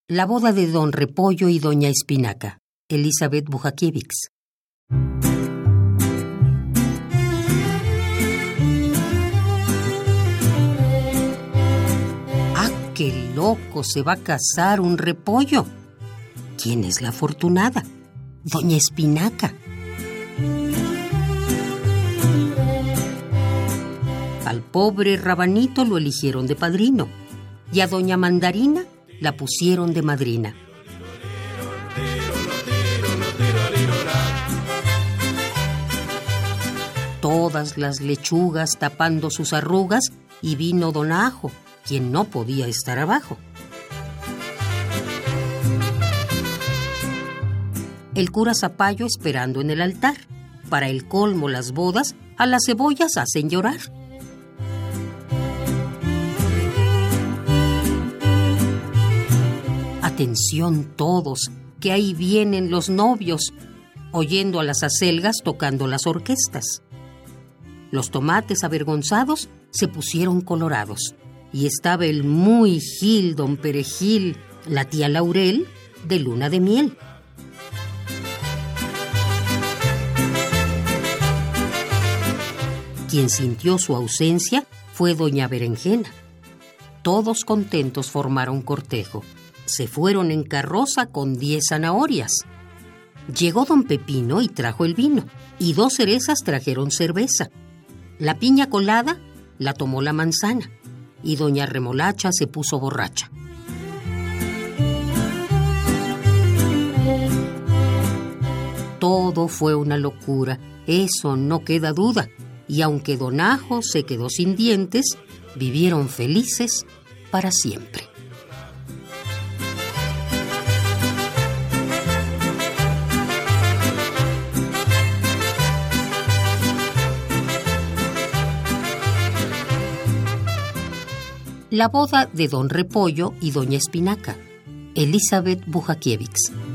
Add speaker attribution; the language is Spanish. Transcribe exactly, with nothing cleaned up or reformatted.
Speaker 1: La boda de don Repollo y doña Espinaca, Elizabeth Bujakiewicz. ¡Ah, qué loco! Se va a casar un repollo. ¿Quién es la afortunada? Doña Espinaca. Al pobre Rabanito lo eligieron de padrino y a doña Mandarina la pusieron de madrina. Todas las lechugas tapando sus arrugas, y vino don Ajo, quien no podía estar abajo. El cura Zapallo esperando en el altar. Para el colmo, las bodas a las cebollas hacen llorar. Atención todos, que ahí vienen los novios, oyendo a las acelgas tocando las orquestas. Los tomates avergonzados se pusieron colorados, y estaba el muy gil don Perejil, la tía Laurel, de luna de miel. Quien sintió su ausencia fue doña Berenjena. Todos contentos formaron cortejo. Se fueron en carroza con diez zanahorias. Llegó don Pepino y trajo el vino, y dos cerezas trajeron cerveza. La piña colada la tomó la manzana, y doña Remolacha se puso borracha. Todo fue una locura, eso no queda duda, y aunque don Ajo se quedó sin dientes, vivieron felices para siempre. La boda de don Repollo y doña Espinaca, Elizabeth Bujakiewicz.